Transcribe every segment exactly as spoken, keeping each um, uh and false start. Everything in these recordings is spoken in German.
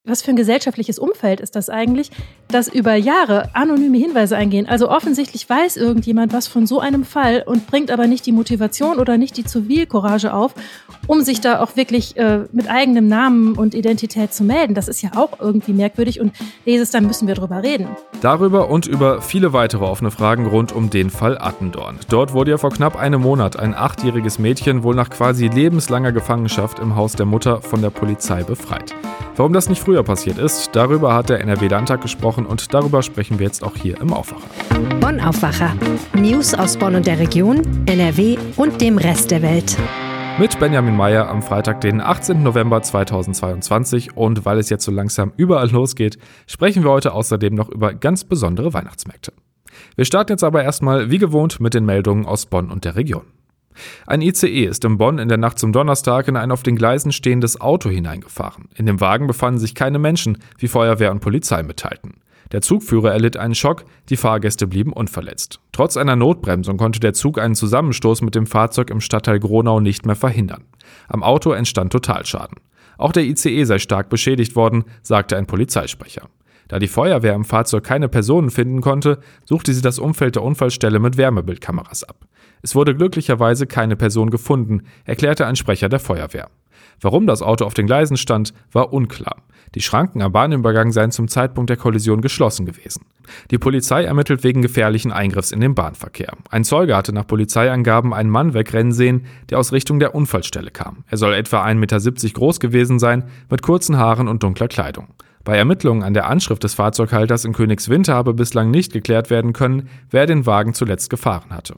Was für ein gesellschaftliches Umfeld ist das eigentlich, dass über Jahre anonyme Hinweise eingehen? Also offensichtlich weiß irgendjemand was von so einem Fall und bringt aber nicht die Motivation oder nicht die Zivilcourage auf, um sich da auch wirklich äh, mit eigenem Namen und Identität zu melden. Das ist ja auch irgendwie merkwürdig und Leses, da müssen wir drüber reden. Darüber und über viele weitere offene Fragen rund um den Fall Attendorn. Dort wurde ja vor knapp einem Monat ein achtjähriges Mädchen wohl nach quasi lebenslanger Gefangenschaft im Haus der Mutter von der Polizei befreit. Warum das nicht früher passiert ist, darüber hat der N R W-Landtag gesprochen und darüber sprechen wir jetzt auch hier im Aufwacher. Bonn Aufwacher. News aus Bonn und der Region, N R W und dem Rest der Welt. Mit Benjamin Meyer am Freitag, den achtzehnten November zweitausendzweiundzwanzig. Und weil es jetzt so langsam überall losgeht, sprechen wir heute außerdem noch über ganz besondere Weihnachtsmärkte. Wir starten jetzt aber erstmal wie gewohnt mit den Meldungen aus Bonn und der Region. Ein I C E ist in Bonn in der Nacht zum Donnerstag in ein auf den Gleisen stehendes Auto hineingefahren. In dem Wagen befanden sich keine Menschen, wie Feuerwehr und Polizei mitteilten. Der Zugführer erlitt einen Schock, die Fahrgäste blieben unverletzt. Trotz einer Notbremsung konnte der Zug einen Zusammenstoß mit dem Fahrzeug im Stadtteil Gronau nicht mehr verhindern. Am Auto entstand Totalschaden. Auch der I C E sei stark beschädigt worden, sagte ein Polizeisprecher. Da die Feuerwehr im Fahrzeug keine Personen finden konnte, suchte sie das Umfeld der Unfallstelle mit Wärmebildkameras ab. Es wurde glücklicherweise keine Person gefunden, erklärte ein Sprecher der Feuerwehr. Warum das Auto auf den Gleisen stand, war unklar. Die Schranken am Bahnübergang seien zum Zeitpunkt der Kollision geschlossen gewesen. Die Polizei ermittelt wegen gefährlichen Eingriffs in den Bahnverkehr. Ein Zeuge hatte nach Polizeiangaben einen Mann wegrennen sehen, der aus Richtung der Unfallstelle kam. Er soll etwa ein Meter siebzig groß gewesen sein, mit kurzen Haaren und dunkler Kleidung. Bei Ermittlungen an der Anschrift des Fahrzeughalters in Königswinter habe bislang nicht geklärt werden können, wer den Wagen zuletzt gefahren hatte.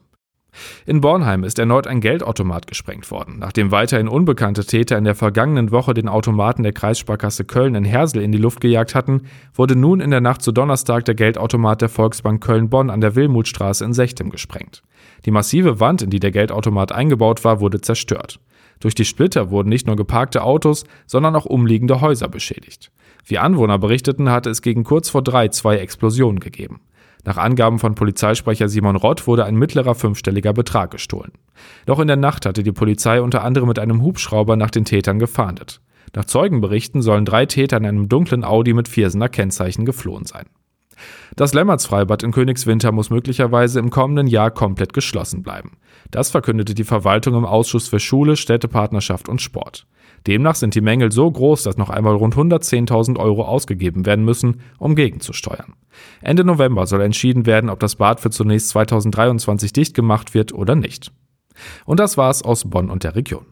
In Bornheim ist erneut ein Geldautomat gesprengt worden. Nachdem weiterhin unbekannte Täter in der vergangenen Woche den Automaten der Kreissparkasse Köln in Hersel in die Luft gejagt hatten, wurde nun in der Nacht zu Donnerstag der Geldautomat der Volksbank Köln-Bonn an der Wilmutstraße in Sechtem gesprengt. Die massive Wand, in die der Geldautomat eingebaut war, wurde zerstört. Durch die Splitter wurden nicht nur geparkte Autos, sondern auch umliegende Häuser beschädigt. Wie Anwohner berichteten, hatte es gegen kurz vor drei zwei Explosionen gegeben. Nach Angaben von Polizeisprecher Simon Rott wurde ein mittlerer fünfstelliger Betrag gestohlen. Noch in der Nacht hatte die Polizei unter anderem mit einem Hubschrauber nach den Tätern gefahndet. Nach Zeugenberichten sollen drei Täter in einem dunklen Audi mit Viersener Kennzeichen geflohen sein. Das Lemmerts-Freibad in Königswinter muss möglicherweise im kommenden Jahr komplett geschlossen bleiben. Das verkündete die Verwaltung im Ausschuss für Schule, Städtepartnerschaft und Sport. Demnach sind die Mängel so groß, dass noch einmal rund hundertzehntausend Euro ausgegeben werden müssen, um gegenzusteuern. Ende November soll entschieden werden, ob das Bad für zunächst zweitausenddreiundzwanzig dicht gemacht wird oder nicht. Und das war's aus Bonn und der Region.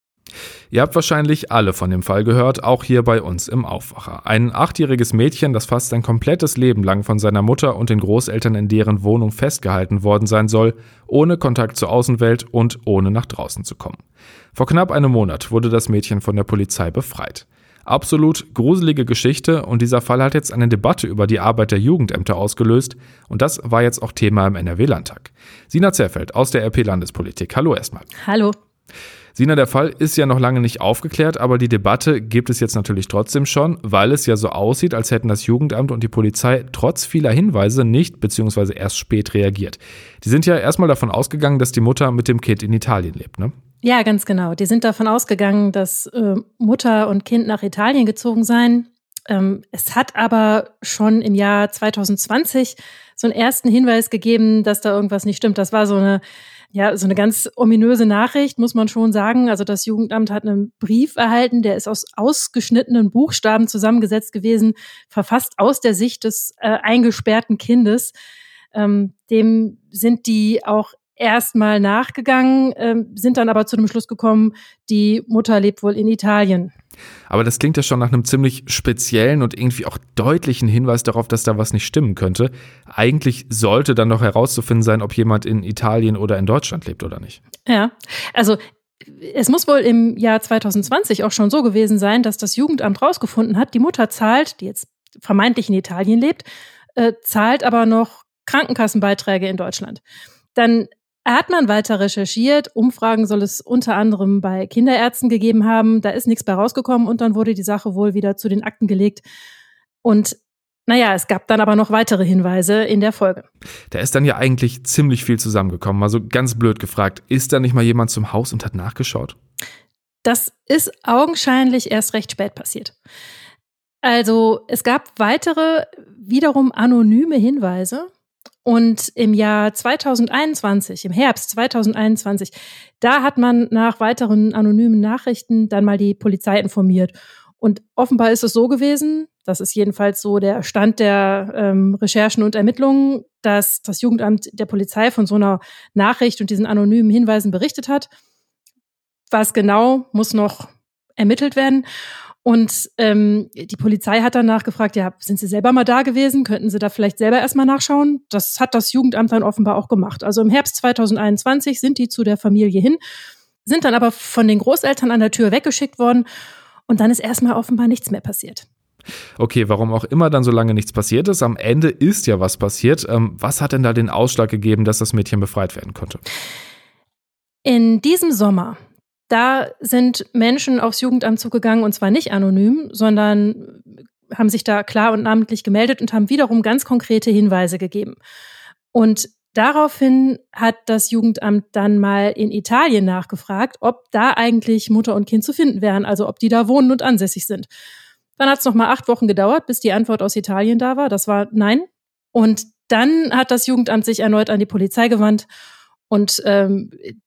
Ihr habt wahrscheinlich alle von dem Fall gehört, auch hier bei uns im Aufwacher. Ein achtjähriges Mädchen, das fast sein komplettes Leben lang von seiner Mutter und den Großeltern in deren Wohnung festgehalten worden sein soll, ohne Kontakt zur Außenwelt und ohne nach draußen zu kommen. Vor knapp einem Monat wurde das Mädchen von der Polizei befreit. Absolut gruselige Geschichte und dieser Fall hat jetzt eine Debatte über die Arbeit der Jugendämter ausgelöst und das war jetzt auch Thema im N R W-Landtag. Sina Zerfeld aus der R P-Landespolitik. Hallo erstmal. Hallo. Sina, der Fall ist ja noch lange nicht aufgeklärt, aber die Debatte gibt es jetzt natürlich trotzdem schon, weil es ja so aussieht, als hätten das Jugendamt und die Polizei trotz vieler Hinweise nicht bzw. erst spät reagiert. Die sind ja erstmal davon ausgegangen, dass die Mutter mit dem Kind in Italien lebt, ne? Ja, ganz genau. Die sind davon ausgegangen, dass äh, Mutter und Kind nach Italien gezogen seien. Ähm, es hat aber schon im Jahr zweitausendzwanzig so einen ersten Hinweis gegeben, dass da irgendwas nicht stimmt. Das war so eine Ja, so eine ganz ominöse Nachricht, muss man schon sagen. Also das Jugendamt hat einen Brief erhalten, der ist aus ausgeschnittenen Buchstaben zusammengesetzt gewesen, verfasst aus der Sicht des äh, eingesperrten Kindes. Ähm, dem sind die auch erstmal nachgegangen, ähm, sind dann aber zu dem Schluss gekommen, die Mutter lebt wohl in Italien. Aber das klingt ja schon nach einem ziemlich speziellen und irgendwie auch deutlichen Hinweis darauf, dass da was nicht stimmen könnte. Eigentlich sollte dann doch herauszufinden sein, ob jemand in Italien oder in Deutschland lebt oder nicht. Ja, also es muss wohl im Jahr zweitausendzwanzig auch schon so gewesen sein, dass das Jugendamt rausgefunden hat, die Mutter zahlt, die jetzt vermeintlich in Italien lebt, äh, zahlt aber noch Krankenkassenbeiträge in Deutschland. Dann hat man weiter recherchiert, Umfragen soll es unter anderem bei Kinderärzten gegeben haben, da ist nichts bei rausgekommen und dann wurde die Sache wohl wieder zu den Akten gelegt. Und naja, es gab dann aber noch weitere Hinweise in der Folge. Da ist dann ja eigentlich ziemlich viel zusammengekommen. Also ganz blöd gefragt, ist da nicht mal jemand zum Haus und hat nachgeschaut? Das ist augenscheinlich erst recht spät passiert. Also es gab weitere, wiederum anonyme Hinweise. Und im Jahr zweitausendeinundzwanzig, im Herbst zweitausendeinundzwanzig, da hat man nach weiteren anonymen Nachrichten dann mal die Polizei informiert. Und offenbar ist es so gewesen, das ist jedenfalls so der Stand der ähm, Recherchen und Ermittlungen, dass das Jugendamt der Polizei von so einer Nachricht und diesen anonymen Hinweisen berichtet hat. Was genau, muss noch ermittelt werden. Und ähm, die Polizei hat dann nachgefragt, ja, sind Sie selber mal da gewesen? Könnten Sie da vielleicht selber erstmal nachschauen? Das hat das Jugendamt dann offenbar auch gemacht. Also im Herbst zweitausendeinundzwanzig sind die zu der Familie hin, sind dann aber von den Großeltern an der Tür weggeschickt worden und dann ist erstmal offenbar nichts mehr passiert. Okay, warum auch immer dann so lange nichts passiert ist, am Ende ist ja was passiert. Ähm, was hat denn da den Ausschlag gegeben, dass das Mädchen befreit werden konnte? In diesem Sommer, da sind Menschen aufs Jugendamt zugegangen und zwar nicht anonym, sondern haben sich da klar und namentlich gemeldet und haben wiederum ganz konkrete Hinweise gegeben. Und daraufhin hat das Jugendamt dann mal in Italien nachgefragt, ob da eigentlich Mutter und Kind zu finden wären, also ob die da wohnen und ansässig sind. Dann hat es noch mal acht Wochen gedauert, bis die Antwort aus Italien da war. Das war nein. Und dann hat das Jugendamt sich erneut an die Polizei gewandt und ähm,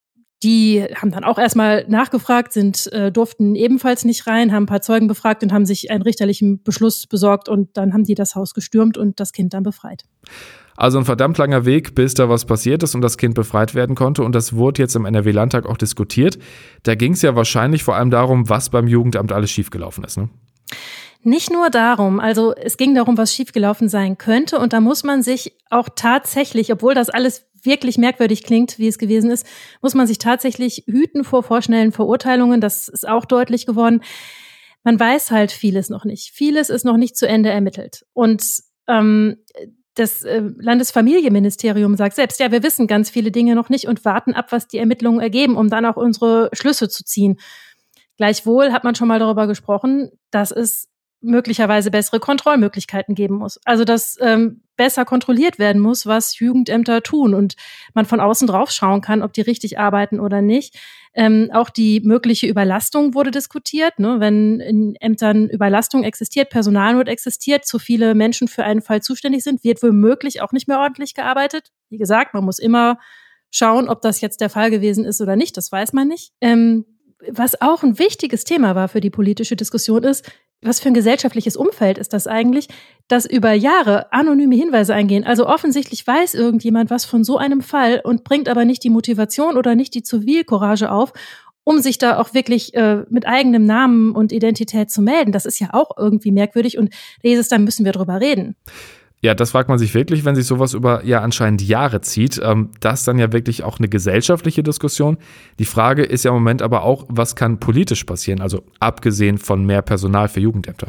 die haben dann auch erstmal nachgefragt, sind äh, durften ebenfalls nicht rein, haben ein paar Zeugen befragt und haben sich einen richterlichen Beschluss besorgt und dann haben die das Haus gestürmt und das Kind dann befreit. Also ein verdammt langer Weg, bis da was passiert ist und das Kind befreit werden konnte und das wurde jetzt im N R W-Landtag auch diskutiert. Da ging es ja wahrscheinlich vor allem darum, was beim Jugendamt alles schiefgelaufen ist, ne? Nicht nur darum, also es ging darum, was schiefgelaufen sein könnte und da muss man sich auch tatsächlich, obwohl das alles wirklich merkwürdig klingt, wie es gewesen ist, muss man sich tatsächlich hüten vor vorschnellen Verurteilungen. Das ist auch deutlich geworden. Man weiß halt vieles noch nicht. Vieles ist noch nicht zu Ende ermittelt. Und ähm, das äh, Landesfamilienministerium sagt selbst, ja, wir wissen ganz viele Dinge noch nicht und warten ab, was die Ermittlungen ergeben, um dann auch unsere Schlüsse zu ziehen. Gleichwohl hat man schon mal darüber gesprochen, dass es möglicherweise bessere Kontrollmöglichkeiten geben muss. Also dass ähm, besser kontrolliert werden muss, was Jugendämter tun und man von außen drauf schauen kann, ob die richtig arbeiten oder nicht. Ähm, auch die mögliche Überlastung wurde diskutiert. Ne? Wenn in Ämtern Überlastung existiert, Personalnot existiert, zu viele Menschen für einen Fall zuständig sind, wird womöglich auch nicht mehr ordentlich gearbeitet. Wie gesagt, man muss immer schauen, ob das jetzt der Fall gewesen ist oder nicht. Das weiß man nicht. Ähm, was auch ein wichtiges Thema war für die politische Diskussion ist, was für ein gesellschaftliches Umfeld ist das eigentlich, dass über Jahre anonyme Hinweise eingehen. Also offensichtlich weiß irgendjemand was von so einem Fall und bringt aber nicht die Motivation oder nicht die Zivilcourage auf, um sich da auch wirklich äh, mit eigenem Namen und Identität zu melden. Das ist ja auch irgendwie merkwürdig und da hieß es, dann müssen wir drüber reden. Ja, das fragt man sich wirklich, wenn sich sowas über ja anscheinend Jahre zieht. Ähm, das ist dann ja wirklich auch eine gesellschaftliche Diskussion. Die Frage ist ja im Moment aber auch, was kann politisch passieren? Also abgesehen von mehr Personal für Jugendämter.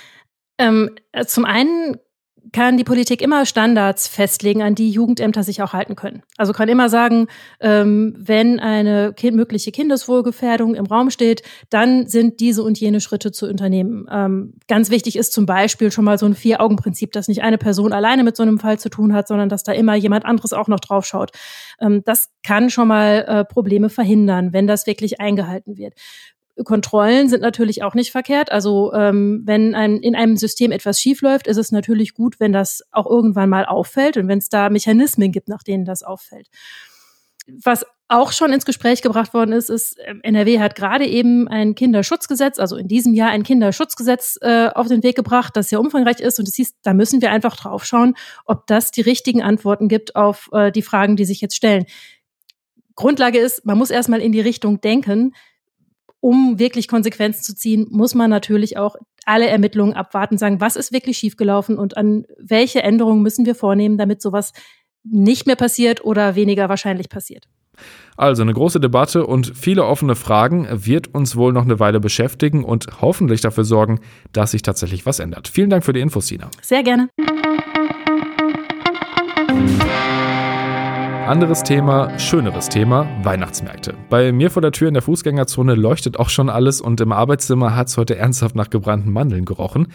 Ähm, zum einen kann die Politik immer Standards festlegen, an die Jugendämter sich auch halten können. Also kann immer sagen, ähm, wenn eine kind- mögliche Kindeswohlgefährdung im Raum steht, dann sind diese und jene Schritte zu unternehmen. Ähm, ganz wichtig ist zum Beispiel schon mal so ein Vier-Augen-Prinzip, dass nicht eine Person alleine mit so einem Fall zu tun hat, sondern dass da immer jemand anderes auch noch drauf schaut. Ähm, das kann schon mal äh, Probleme verhindern, wenn das wirklich eingehalten wird. Kontrollen sind natürlich auch nicht verkehrt. Also ähm, wenn ein, in einem System etwas schiefläuft, ist es natürlich gut, wenn das auch irgendwann mal auffällt und wenn es da Mechanismen gibt, nach denen das auffällt. Was auch schon ins Gespräch gebracht worden ist, ist, N R W hat gerade eben ein Kinderschutzgesetz, also in diesem Jahr ein Kinderschutzgesetz äh, auf den Weg gebracht, das sehr umfangreich ist. Und es hieß, da müssen wir einfach drauf schauen, ob das die richtigen Antworten gibt auf äh, die Fragen, die sich jetzt stellen. Grundlage ist, man muss erstmal in die Richtung denken. Um wirklich Konsequenzen zu ziehen, muss man natürlich auch alle Ermittlungen abwarten, sagen, was ist wirklich schiefgelaufen und an welche Änderungen müssen wir vornehmen, damit sowas nicht mehr passiert oder weniger wahrscheinlich passiert. Also eine große Debatte und viele offene Fragen wird uns wohl noch eine Weile beschäftigen und hoffentlich dafür sorgen, dass sich tatsächlich was ändert. Vielen Dank für die Infos, Sina. Sehr gerne. Anderes Thema, schöneres Thema, Weihnachtsmärkte. Bei mir vor der Tür in der Fußgängerzone leuchtet auch schon alles und im Arbeitszimmer hat es heute ernsthaft nach gebrannten Mandeln gerochen.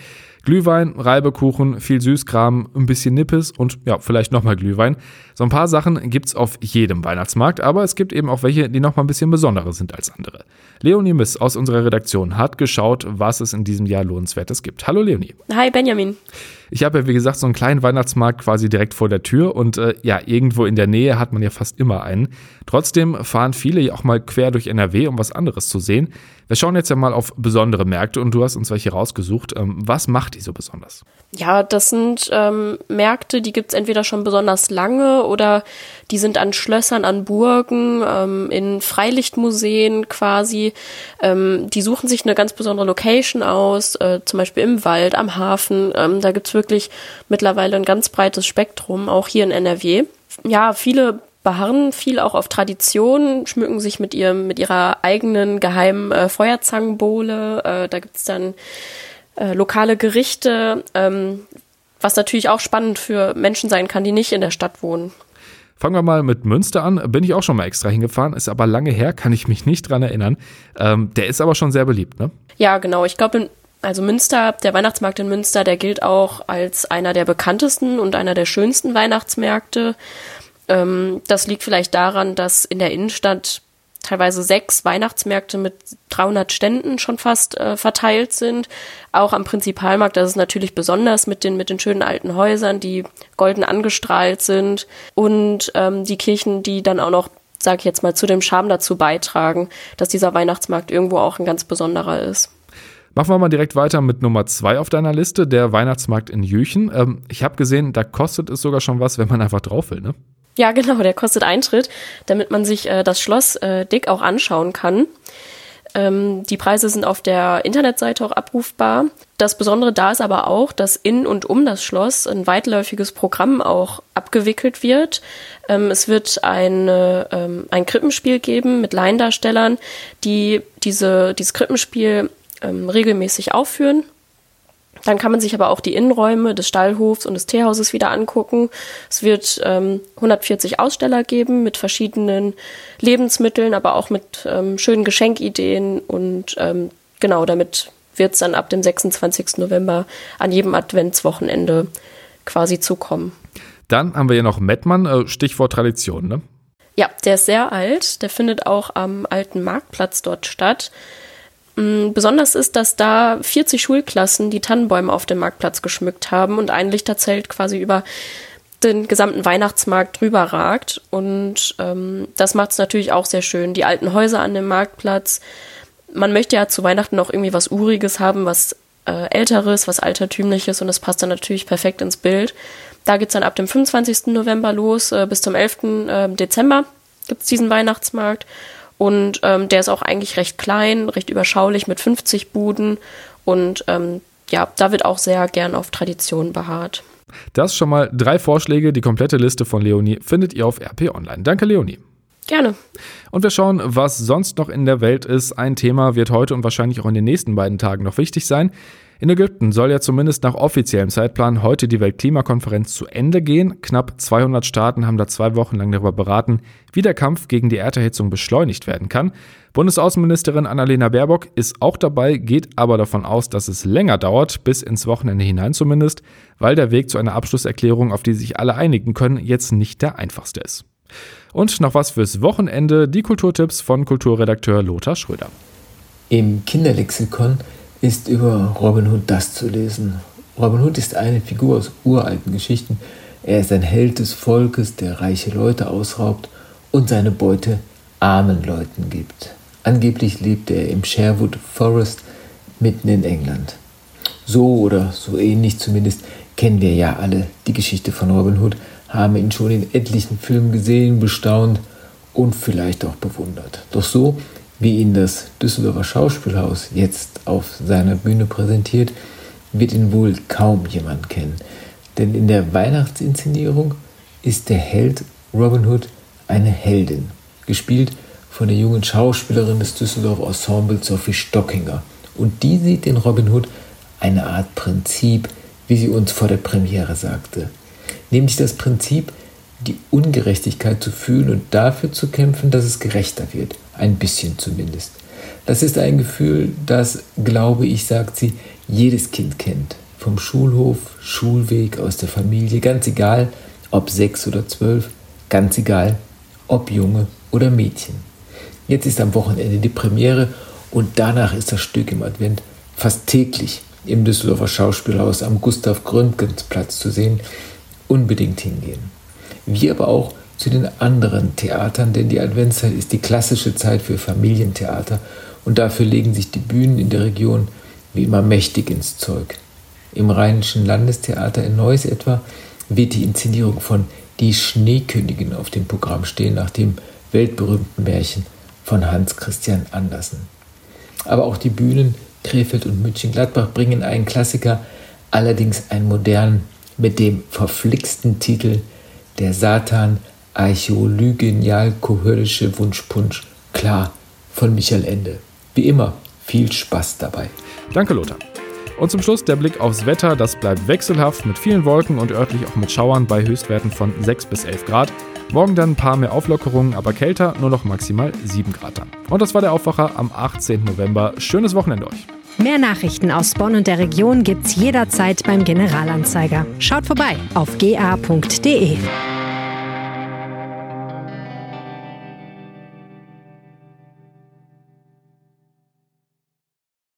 Glühwein, Reibekuchen, viel Süßkram, ein bisschen Nippes und ja, vielleicht nochmal Glühwein. So ein paar Sachen gibt's auf jedem Weihnachtsmarkt, aber es gibt eben auch welche, die nochmal ein bisschen besonderer sind als andere. Leonie Miss aus unserer Redaktion hat geschaut, was es in diesem Jahr Lohnenswertes gibt. Hallo Leonie. Hi Benjamin. Ich habe ja, wie gesagt, so einen kleinen Weihnachtsmarkt quasi direkt vor der Tür und äh, ja, irgendwo in der Nähe hat man ja fast immer einen. Trotzdem fahren viele ja auch mal quer durch N R W, um was anderes zu sehen. Wir schauen jetzt ja mal auf besondere Märkte und du hast uns welche rausgesucht. Ähm, was macht die so besonders? Ja, das sind ähm, Märkte, die gibt's entweder schon besonders lange oder die sind an Schlössern, an Burgen, ähm, in Freilichtmuseen quasi. Ähm, die suchen sich eine ganz besondere Location aus, äh, zum Beispiel im Wald, am Hafen. Ähm, da gibt's wirklich mittlerweile ein ganz breites Spektrum, auch hier in N R W. Ja, viele beharren viel auch auf Tradition, schmücken sich mit ihrem mit ihrer eigenen geheimen äh, Feuerzangenbowle. Äh, da gibt's dann äh, lokale Gerichte, ähm, was natürlich auch spannend für Menschen sein kann, die nicht in der Stadt wohnen. Fangen wir mal mit Münster an. Bin ich auch schon mal extra hingefahren, ist aber lange her, kann ich mich nicht dran erinnern. Ähm, der ist aber schon sehr beliebt, ne? Ja, genau. Ich glaube, also Münster, der Weihnachtsmarkt in Münster, der gilt auch als einer der bekanntesten und einer der schönsten Weihnachtsmärkte. Ähm, das liegt vielleicht daran, dass in der Innenstadt teilweise sechs Weihnachtsmärkte mit dreihundert Ständen schon fast äh, verteilt sind. Auch am Prinzipalmarkt, das ist natürlich besonders mit den mit den schönen alten Häusern, die golden angestrahlt sind und ähm, die Kirchen, die dann auch noch, sage ich jetzt mal, zu dem Charme dazu beitragen, dass dieser Weihnachtsmarkt irgendwo auch ein ganz besonderer ist. Machen wir mal direkt weiter mit Nummer zwei auf deiner Liste, der Weihnachtsmarkt in Jüchen. Ähm, ich habe gesehen, da kostet es sogar schon was, wenn man einfach drauf will, ne? Ja, genau, der kostet Eintritt, damit man sich äh, das Schloss äh, dick auch anschauen kann. Ähm, die Preise sind auf der Internetseite auch abrufbar. Das Besondere da ist aber auch, dass in und um das Schloss ein weitläufiges Programm auch abgewickelt wird. Ähm, es wird eine, ähm, ein Krippenspiel geben mit Laiendarstellern, die diese, dieses Krippenspiel ähm, regelmäßig aufführen. Dann kann man sich aber auch die Innenräume des Stallhofs und des Teehauses wieder angucken. Es wird ähm, hundertvierzig Aussteller geben mit verschiedenen Lebensmitteln, aber auch mit ähm, schönen Geschenkideen. Und ähm, genau, damit wird es dann ab dem sechsundzwanzigsten November an jedem Adventswochenende quasi zukommen. Dann haben wir hier noch Mettmann, Stichwort Tradition, ne? Ja, der ist sehr alt. Der findet auch am alten Marktplatz dort statt. Besonders ist, dass da vierzig Schulklassen die Tannenbäume auf dem Marktplatz geschmückt haben und ein Lichterzelt quasi über den gesamten Weihnachtsmarkt drüber ragt. Und ähm, das macht es natürlich auch sehr schön. Die alten Häuser an dem Marktplatz. Man möchte ja zu Weihnachten auch irgendwie was Uriges haben, was äh, Älteres, was Altertümliches, und das passt dann natürlich perfekt ins Bild. Da geht's dann ab dem fünfundzwanzigsten November los, äh, bis zum elften Dezember gibt's diesen Weihnachtsmarkt. Und ähm, der ist auch eigentlich recht klein, recht überschaulich mit fünfzig Buden. Und ähm, ja, da wird auch sehr gern auf Tradition beharrt. Das schon mal drei Vorschläge. Die komplette Liste von Leonie findet ihr auf R P Online. Danke, Leonie. Gerne. Und wir schauen, was sonst noch in der Welt ist. Ein Thema wird heute und wahrscheinlich auch in den nächsten beiden Tagen noch wichtig sein. In Ägypten soll ja zumindest nach offiziellem Zeitplan heute die Weltklimakonferenz zu Ende gehen. Knapp zweihundert Staaten haben da zwei Wochen lang darüber beraten, wie der Kampf gegen die Erderhitzung beschleunigt werden kann. Bundesaußenministerin Annalena Baerbock ist auch dabei, geht aber davon aus, dass es länger dauert, bis ins Wochenende hinein zumindest, weil der Weg zu einer Abschlusserklärung, auf die sich alle einigen können, jetzt nicht der einfachste ist. Und noch was fürs Wochenende, die Kulturtipps von Kulturredakteur Lothar Schröder. Im Kinderlexikon ist über Robin Hood das zu lesen. Robin Hood ist eine Figur aus uralten Geschichten. Er ist ein Held des Volkes, der reiche Leute ausraubt und seine Beute armen Leuten gibt. Angeblich lebt er im Sherwood Forest mitten in England. So oder so ähnlich zumindest kennen wir ja alle die Geschichte von Robin Hood, haben ihn schon in etlichen Filmen gesehen, bestaunt und vielleicht auch bewundert. Doch so wie ihn das Düsseldorfer Schauspielhaus jetzt auf seiner Bühne präsentiert, wird ihn wohl kaum jemand kennen. Denn in der Weihnachtsinszenierung ist der Held Robin Hood eine Heldin, gespielt von der jungen Schauspielerin des Düsseldorfer Ensembles Sophie Stockinger. Und die sieht in Robin Hood eine Art Prinzip, wie sie uns vor der Premiere sagte. Nämlich das Prinzip, die Ungerechtigkeit zu fühlen und dafür zu kämpfen, dass es gerechter wird. Ein bisschen zumindest. Das ist ein Gefühl, das, glaube ich, sagt sie, jedes Kind kennt. vom Schulhof, Schulweg, aus der Familie, ganz egal, ob sechs oder zwölf, ganz egal, ob Junge oder Mädchen. Jetzt ist am Wochenende die Premiere und danach ist das Stück im Advent fast täglich im Düsseldorfer Schauspielhaus am Gustav-Gründgens-Platz zu sehen. Unbedingt hingehen. Wie aber auch zu den anderen Theatern, denn die Adventszeit ist die klassische Zeit für Familientheater und dafür legen sich die Bühnen in der Region wie immer mächtig ins Zeug. Im Rheinischen Landestheater in Neuss etwa wird die Inszenierung von Die Schneekönigin auf dem Programm stehen, nach dem weltberühmten Märchen von Hans Christian Andersen. Aber auch die Bühnen Krefeld und Mönchengladbach bringen einen Klassiker, allerdings einen modernen, mit dem verflixten Titel Der Satan archäolygenial-kohöllische Wunschpunsch, klar, von Michael Ende. Wie immer, viel Spaß dabei. Danke, Lothar. Und zum Schluss der Blick aufs Wetter. Das bleibt wechselhaft mit vielen Wolken und örtlich auch mit Schauern bei Höchstwerten von sechs bis elf Grad. Morgen dann ein paar mehr Auflockerungen, aber kälter, nur noch maximal sieben Grad dann. Und das war der Aufwacher am achtzehnten November. Schönes Wochenende euch. Mehr Nachrichten aus Bonn und der Region gibt's jederzeit beim Generalanzeiger. Schaut vorbei auf g a punkt d e.